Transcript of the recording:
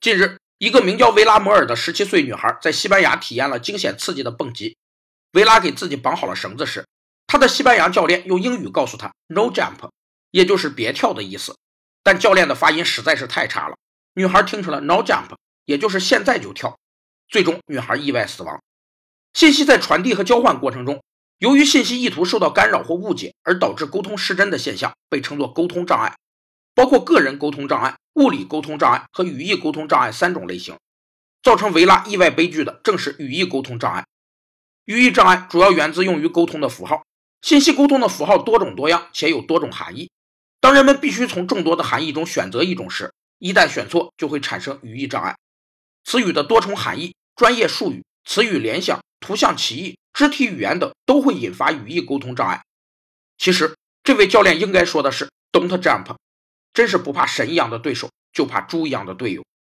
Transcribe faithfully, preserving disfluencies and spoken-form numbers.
近日，一个名叫维拉摩尔的十七岁女孩在西班牙体验了惊险刺激的蹦极。维拉给自己绑好了绳子时，她的西班牙教练用英语告诉她 "No jump"， 也就是别跳的意思。但教练的发音实在是太差了，女孩听成了 "No jump"， 也就是现在就跳。最终，女孩意外死亡。信息在传递和交换过程中，由于信息意图受到干扰或误解而导致沟通失真的现象，被称作沟通障碍。包括个人沟通障碍、物理沟通障碍和语义沟通障碍三种类型。造成维拉意外悲剧的正是语义沟通障碍。语义障碍主要源自用于沟通的符号，信息沟通的符号多种多样且有多种含义。当人们必须从众多的含义中选择一种时，一旦选错就会产生语义障碍。词语的多重含义、专业术语、词语联想、图像歧义、肢体语言等都会引发语义沟通障碍。其实这位教练应该说的是 Don't jump，真是不怕神一样的对手，就怕猪一样的队友。